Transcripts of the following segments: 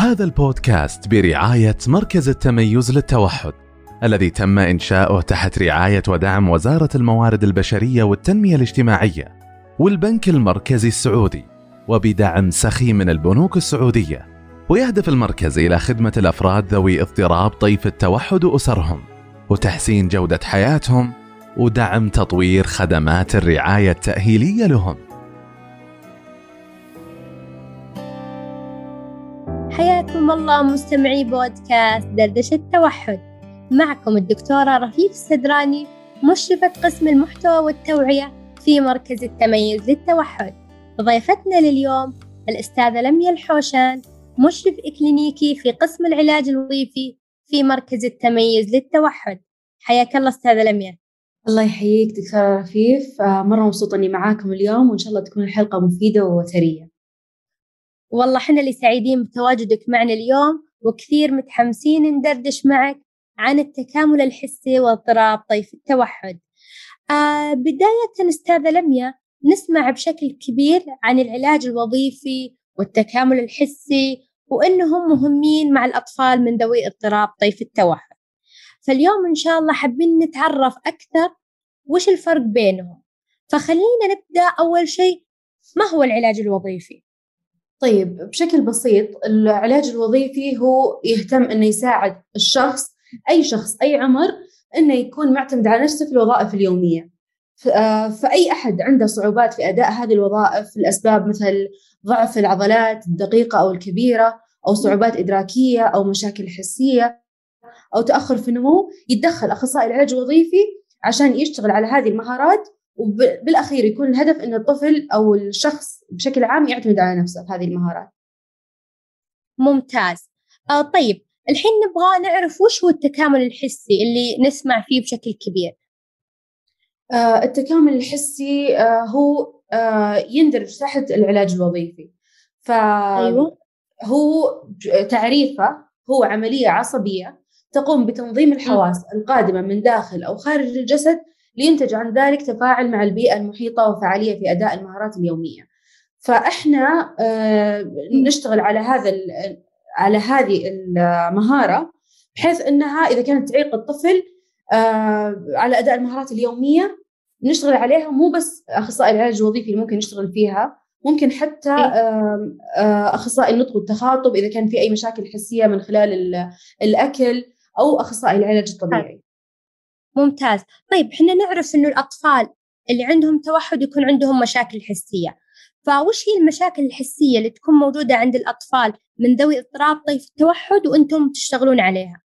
هذا البودكاست برعاية مركز التميز للتوحد الذي تم إنشاؤه تحت رعاية ودعم وزارة الموارد البشرية والتنمية الاجتماعية والبنك المركزي السعودي وبدعم سخي من البنوك السعودية. ويهدف المركز إلى خدمة الأفراد ذوي اضطراب طيف التوحد وأسرهم وتحسين جودة حياتهم ودعم تطوير خدمات الرعاية التأهيلية لهم. حياكم الله مستمعي بودكاست دردشة التوحد، معكم الدكتورة رفيف السدراني، مشرفة قسم المحتوى والتوعية في مركز التميز للتوحد. ضيفتنا لليوم الأستاذة لميا الحوشان، مشرف إكلينيكي في قسم العلاج الوظيفي في مركز التميز للتوحد. حياك الله أستاذة لميا. الله يحييك دكتورة رفيف، مرة مبسوطة أني معاكم اليوم، وإن شاء الله تكون الحلقة مفيدة وثرية. والله حنا اللي سعيدين بتواجدك معنا اليوم، وكثير متحمسين ندردش معك عن التكامل الحسي واضطراب طيف التوحد. بداية أستاذة لميا، نسمع بشكل كبير عن العلاج الوظيفي والتكامل الحسي وإنهم مهمين مع الأطفال من ذوي اضطراب طيف التوحد. فاليوم إن شاء الله حابين نتعرف أكثر وش الفرق بينهم. فخلينا نبدأ أول شيء، ما هو العلاج الوظيفي؟ طيب، بشكل بسيط، العلاج الوظيفي هو يهتم أنه يساعد الشخص، أي شخص أي عمر، أنه يكون معتمد على نفسه في الوظائف اليومية. فأي أحد عنده صعوبات في أداء هذه الوظائف لأسباب مثل ضعف العضلات الدقيقة أو الكبيرة، أو صعوبات إدراكية، أو مشاكل حسية، أو تأخر في النمو، يتدخل أخصائي العلاج الوظيفي عشان يشتغل على هذه المهارات، وبالأخير يكون الهدف أن الطفل أو الشخص بشكل عام يعتمد على نفسه في هذه المهارات. ممتاز. طيب الحين نبغى نعرف وش هو التكامل الحسي اللي نسمع فيه بشكل كبير. التكامل الحسي هو يندرج تحت العلاج الوظيفي. أيوة. هو تعريفه هو عملية عصبية تقوم بتنظيم الحواس القادمة من داخل أو خارج الجسد، لينتج عن ذلك تفاعل مع البيئة المحيطة وفعالية في أداء المهارات اليومية. فإحنا نشتغل على هذه المهارة، بحيث أنها إذا كانت تعيق الطفل على أداء المهارات اليومية نشتغل عليها. مو بس أخصائي العلاج الوظيفي اللي ممكن يشتغل فيها، ممكن حتى أخصائي النطق والتخاطب إذا كان في أي مشاكل حسية من خلال الأكل، أو أخصائي العلاج الطبيعي. ممتاز. طيب حنا نعرف إنه الأطفال اللي عندهم توحد يكون عندهم مشاكل حسية، فوش هي المشاكل الحسية اللي تكون موجودة عند الأطفال من ذوي اضطراب طيف التوحد وأنتم تشتغلون عليها؟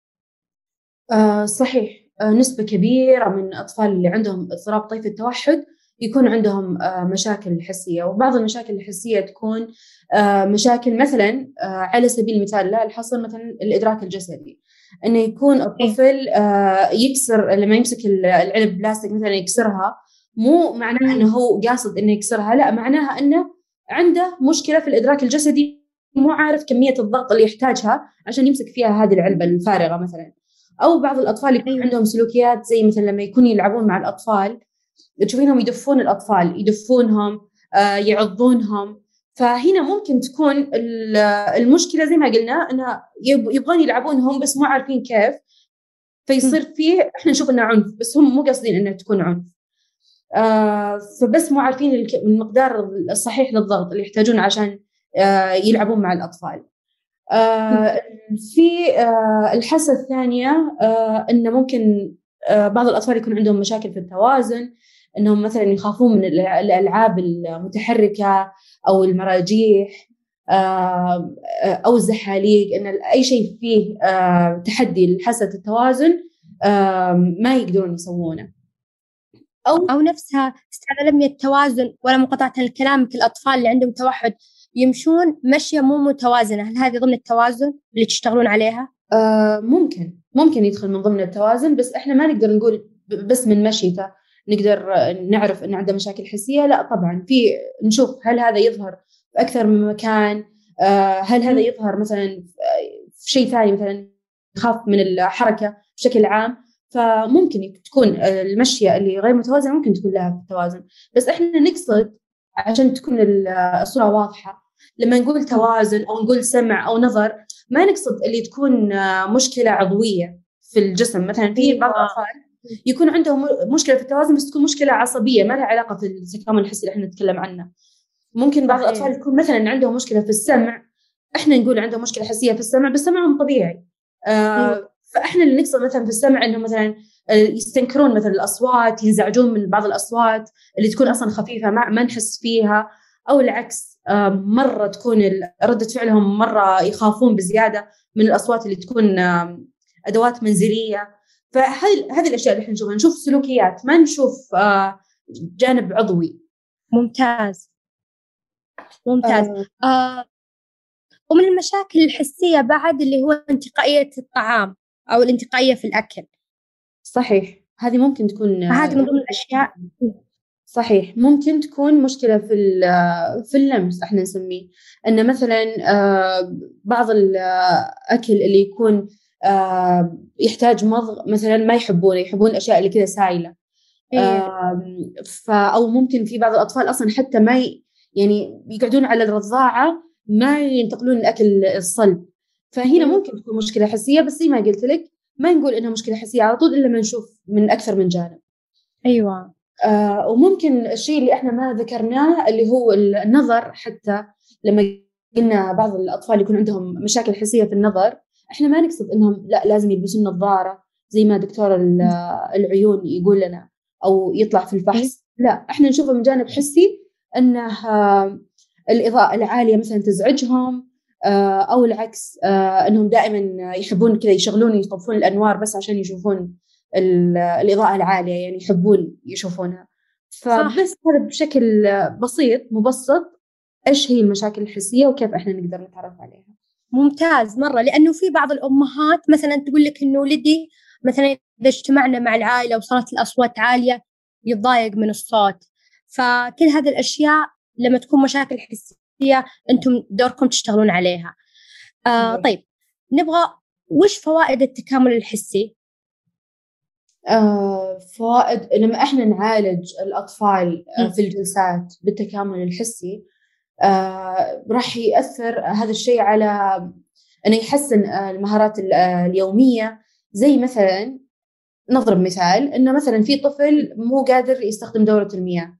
صحيح، نسبة كبيرة من الأطفال اللي عندهم اضطراب طيف التوحد يكون عندهم مشاكل حسية، وبعض المشاكل الحسية تكون مشاكل مثلا على سبيل المثال لا الحصر، مثلا الإدراك الجسدي، إنه يكون الطفل يكسر لما يمسك العلب بلاستيك مثلا يكسرها، مو معناه إنه هو قاصد إنه يكسرها، لا، معناها إنه عنده مشكلة في الإدراك الجسدي، مو عارف كمية الضغط اللي يحتاجها عشان يمسك فيها هذه العلبة الفارغة مثلا. أو بعض الأطفال يكون عندهم سلوكيات زي مثلا لما يكونوا يلعبون مع الأطفال تشوفينهم يدفون الأطفال، يدفونهم، يعضونهم. فهنا ممكن تكون المشكلة زي ما قلنا أنها يبغون يلعبونهم بس مو عارفين كيف، فيصير فيه إحنا نشوف أنه عنف، بس هم مو قاصدين أنه تكون عنف، فبس مو عارفين المقدار الصحيح للضغط اللي يحتاجون عشان يلعبون مع الأطفال. في الحاسة الثانية أنه ممكن بعض الأطفال يكون عندهم مشاكل في التوازن، أنهم مثلا يخافون من الألعاب المتحركة أو المراجيح أو الزحاليق، أن أي شيء فيه تحدي لحاسة التوازن ما يقدرون يسوونه. أو نفسها استاذة لميا التوازن، ولا مقاطعة الكلام، مثل الأطفال اللي عندهم توحد يمشون مشية مو متوازنة، هل هذه ضمن التوازن اللي تشتغلون عليها؟ ممكن يدخل من ضمن التوازن، بس إحنا ما نقدر نقول بس من مشيته نقدر نعرف إن عنده مشاكل حسية. لا طبعا، في نشوف هل هذا يظهر في أكثر من مكان، هل هذا يظهر مثلا في شيء ثاني، مثلا يخاف من الحركة بشكل عام، فممكن تكون المشية اللي غير متوازنة ممكن تكون لها في التوازن. بس إحنا نقصد عشان تكون الصورة واضحة لما نقول توازن أو نقول سمع أو نظر ما نقصد اللي تكون مشكلة عضوية في الجسم. مثلا في بعض الأطفال يكون عندهم مشكلة في التوازن بس تكون مشكلة عصبية ما لها علاقة في التكامل الحسي اللي احنا نتكلم عنه. ممكن بعض الأطفال يكون مثلا عندهم مشكلة في السمع، احنا نقول عندهم مشكلة حسية في السمع بس سمعهم طبيعي. فاحنا اللي نقصد مثلا في السمع انه مثلا يستنكرون مثلا الأصوات، ينزعجون من بعض الأصوات اللي تكون أصلا خفيفة ما نحس فيها، أو العكس مرة تكون ردة فعلهم مرة يخافون بزيادة من الأصوات اللي تكون أدوات منزلية. فهذه الأشياء اللي احنا نشوفها، نشوف سلوكيات ما نشوف جانب عضوي. ممتاز. ومن المشاكل الحسية بعد اللي هو انتقائية الطعام أو الانتقائية في الأكل. صحيح، هذه ممكن تكون هذه من ضمن الأشياء. صحيح، ممكن تكون مشكلة في اللمس. احنا نسميه أن مثلا بعض الأكل اللي يكون يحتاج مضغ مثلا ما يحبون الأشياء اللي كذا سائلة. أو ممكن في بعض الأطفال أصلا حتى ما يعني يقعدون على الرضاعة ما ينتقلون الأكل الصلب. فهنا ممكن تكون مشكلة حسية، بس زي ما قلت لك ما نقول إنها مشكلة حسية على طول إلا ما نشوف من أكثر من جانب. أيوة. وممكن الشيء اللي إحنا ما ذكرناه اللي هو النظر. حتى لما قلنا بعض الأطفال يكون عندهم مشاكل حسية في النظر، إحنا ما نقصد إنهم لا لازم يلبسون نظارة زي ما دكتور العيون يقول لنا أو يطلع في الفحص. لا، إحنا نشوفه من جانب حسي أنه الإضاءة العالية مثلا تزعجهم، أو العكس أنهم دائما يحبون كذا يشغلون يطفون الأنوار بس عشان يشوفون الإضاءة العالية، يعني يحبون يشوفونها. فبس هذا بشكل بسيط مبسط إيش هي المشاكل الحسية وكيف إحنا نقدر نتعرف عليها. ممتاز مرة. لأنه في بعض الأمهات مثلا تقول لك إنه ولدي مثلا إذا اجتمعنا مع العائلة وصارت الأصوات عالية يتضايق من الصوت. فكل هذه الأشياء لما تكون مشاكل حسية أنتم دوركم تشتغلون عليها. طيب نبغى وش فوائد التكامل الحسي؟ فوائد لما احنا نعالج الأطفال في الجلسات بالتكامل الحسي راح يأثر هذا الشيء على أنه يحسن المهارات اليومية. زي مثلا نضرب مثال أنه مثلا في طفل مو قادر يستخدم دورة المياه،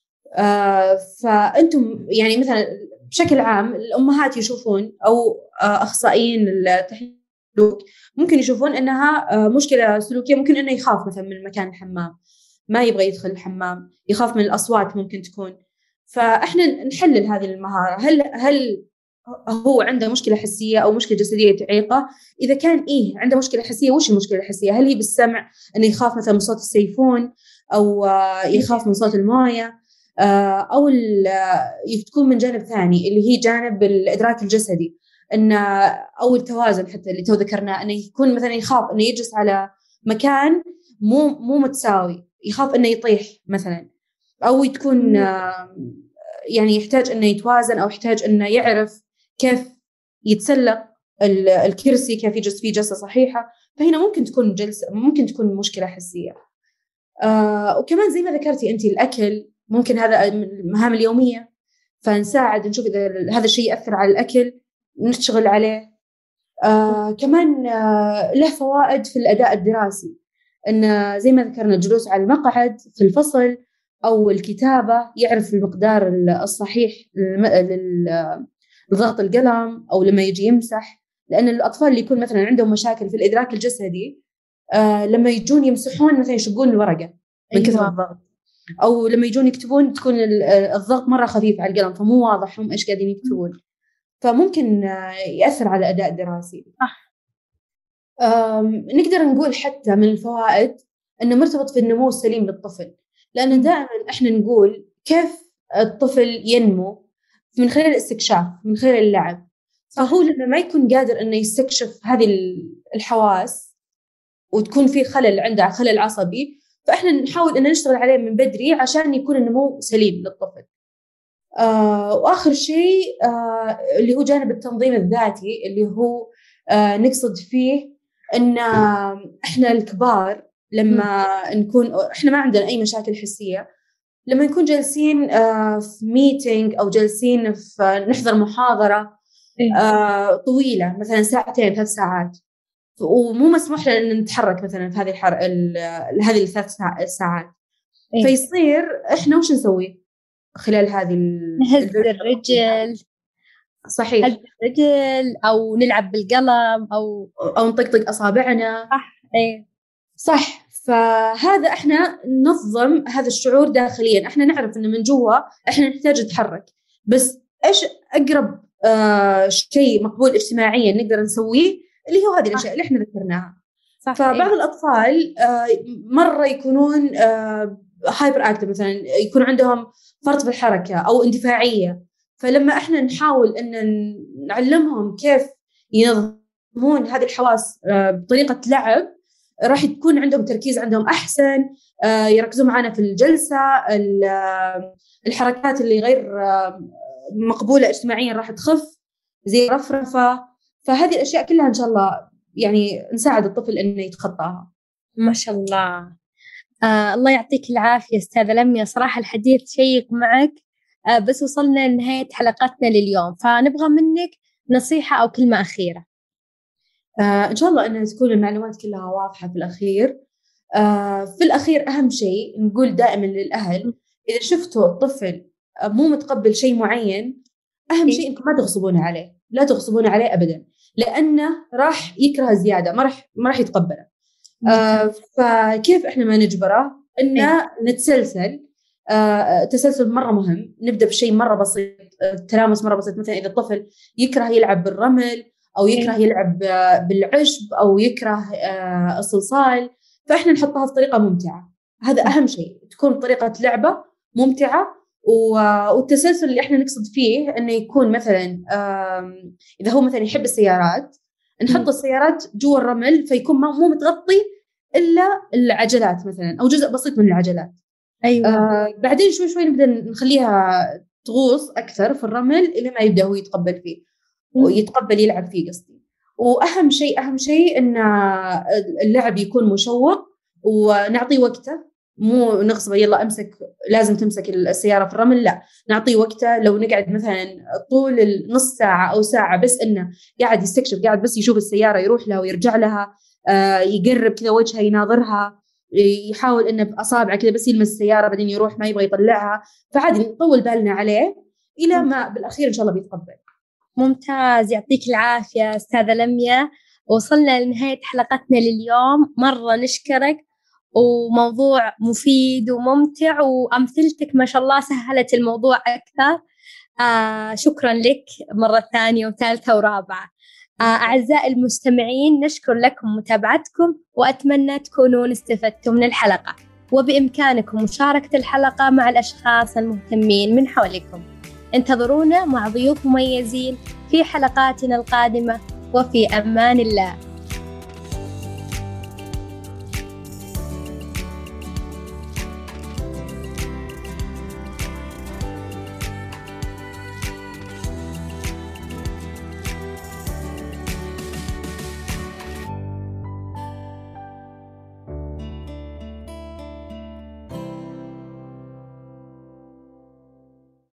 فأنتم يعني مثلا بشكل عام الأمهات يشوفون أو أخصائيين التحليل ممكن يشوفون أنها مشكلة سلوكية. ممكن أنه يخاف مثلا من مكان الحمام، ما يبغى يدخل الحمام، يخاف من الأصوات ممكن تكون. فإحنا نحلل هذه المهارة، هل هو عنده مشكلة حسية أو مشكلة جسدية تعيقه؟ إذا كان عنده مشكلة حسية، وش المشكلة الحسية؟ هل هي بالسمع أنه يخاف مثلا من صوت السيفون أو يخاف من صوت الموية، أو تكون من جانب ثاني اللي هي جانب الإدراك الجسدي أو التوازن حتى اللي تو ذكرناه، أنه يكون مثلا يخاف أنه يجلس على مكان مو متساوي، يخاف أنه يطيح مثلا، أو تكون يعني يحتاج أنه يتوازن أو يحتاج أنه يعرف كيف يتسلق الكرسي، كيف يجلس فيه جلسة صحيحة. فهنا ممكن تكون مشكلة حسية. وكمان زي ما ذكرتي أنتي الأكل ممكن هذا المهام اليومية، فنساعد نشوف إذا هذا الشيء يأثر على الأكل نشتغل عليه. كمان له فوائد في الأداء الدراسي، إن زي ما ذكرنا الجلوس على المقعد في الفصل أو الكتابة، يعرف المقدار الصحيح لضغط القلم أو لما يجي يمسح. لأن الأطفال اللي يكون مثلا عندهم مشاكل في الإدراك الجسدي لما يجون يمسحون مثلا يشقون الورقة من كثر الضغط، أو لما يجون يكتبون تكون الضغط مرة خفيف على القلم فمو واضح هم إيش قاعدين يكتبون، فممكن يأثر على الأداء الدراسي. نقدر نقول حتى من الفوائد أنه مرتبط في النمو السليم للطفل، لأن دائما إحنا نقول كيف الطفل ينمو من خلال الاستكشاف، من خلال اللعب. فهو لما ما يكون قادر أنه يستكشف هذه الحواس وتكون في خلل عنده خلل عصبي، فإحنا نحاول أن نشتغل عليه من بدري عشان يكون النمو سليم للطفل. وآخر شيء اللي هو جانب التنظيم الذاتي، اللي هو نقصد فيه أن إحنا الكبار لما نكون إحنا ما عندنا أي مشاكل حسية، لما نكون جالسين في ميتينج أو جالسين في نحضر محاضرة طويلة مثلا 2 3 ساعات، ومو مسموح لنا أن نتحرك مثلا في هذه ال3 ساعات، فيصير إحنا وش نسوي خلال هذه نهز الرجل. صحيح، نهز الرجل أو نلعب بالقلم أو نطقطق أصابعنا. صح. فهذا إحنا ننظم هذا الشعور داخليا. إحنا نعرف إن من جوا إحنا نحتاج نتحرك، بس إيش أقرب شيء مقبول اجتماعيا نقدر نسويه اللي هو هذه الأشياء اللي إحنا ذكرناها. فبعض الأطفال مرة يكونون هايبر أكتيف، مثلا يكون عندهم فرط في الحركة أو اندفاعية، فلما إحنا نحاول أن نعلمهم كيف ينظمون هذه الحواس بطريقة لعب، راح يكون عندهم تركيز عندهم أحسن، يركزون معنا في الجلسة. الحركات اللي غير مقبولة اجتماعيا راح تخف زي رفرفة. فهذه الأشياء كلها إن شاء الله يعني نساعد الطفل إنه يتخطاها. ما شاء الله. الله يعطيك العافية أستاذة لميا، صراحة الحديث شيق معك. بس وصلنا لنهاية حلقتنا لليوم، فنبغى منك نصيحة أو كلمة أخيرة. إن شاء الله أن تكون المعلومات كلها واضحة في الأخير. في الأخير أهم شيء نقول دائما للأهل، إذا شفتوا الطفل مو متقبل شيء معين، أهم شيء إنكم ما تغصبونه عليه، لا تغصبونه عليه أبدا، لأنه راح يكره زيادة، ما راح يتقبله. فكيف إحنا ما نجبره؟ إنه نتسلسل. تسلسل مرة مهم. نبدأ بشيء مرة بسيط، تلامس مرة بسيط. مثلا إذا الطفل يكره يلعب بالرمل أو يكره يلعب بالعشب أو يكره الصلصال، فإحنا نحطها في طريقة ممتعة. هذا أهم شيء، تكون طريقة لعبة ممتعة. والتسلسل اللي إحنا نقصد فيه إنه يكون مثلا إذا هو مثلا يحب السيارات، نحط السيارات جوا الرمل، فيكون مو متغطي إلا العجلات مثلا أو جزء بسيط من العجلات. أيوة. بعدين شوي شوي نبدأ نخليها تغوص أكثر في الرمل إلى ما يبدأ هو يتقبل فيه ويتقبل يلعب فيه قصدي. وأهم شيء إن اللعب يكون مشوق ونعطيه وقته، مو نغصبه يلا أمسك لازم تمسك السيارة في الرمل، لا، نعطيه وقته. لو نقعد مثلا طول النص ساعة أو ساعة بس إنه قاعد يستكشف، قاعد بس يشوف السيارة، يروح لها ويرجع لها، يقرب كذا وجهها يناظرها، يحاول إنه بأصابعه كذا بس يلمس السيارة بعدين يروح ما يبغى يطلعها، فعادي نطول بالنا عليه إلى ما بالأخير إن شاء الله بيتقبل. ممتاز، يعطيك العافية أستاذة لميا. وصلنا لنهاية حلقتنا لليوم، مرة نشكرك، وموضوع مفيد وممتع، وأمثلتك ما شاء الله سهلت الموضوع أكثر. شكرا لك مرة ثانية وثالثة ورابعة. أعزائي المستمعين، نشكر لكم متابعتكم، وأتمنى تكونون استفدتم من الحلقة، وبإمكانكم مشاركة الحلقة مع الأشخاص المهتمين من حولكم. انتظرونا مع ضيوف مميزين في حلقاتنا القادمة، وفي أمان الله.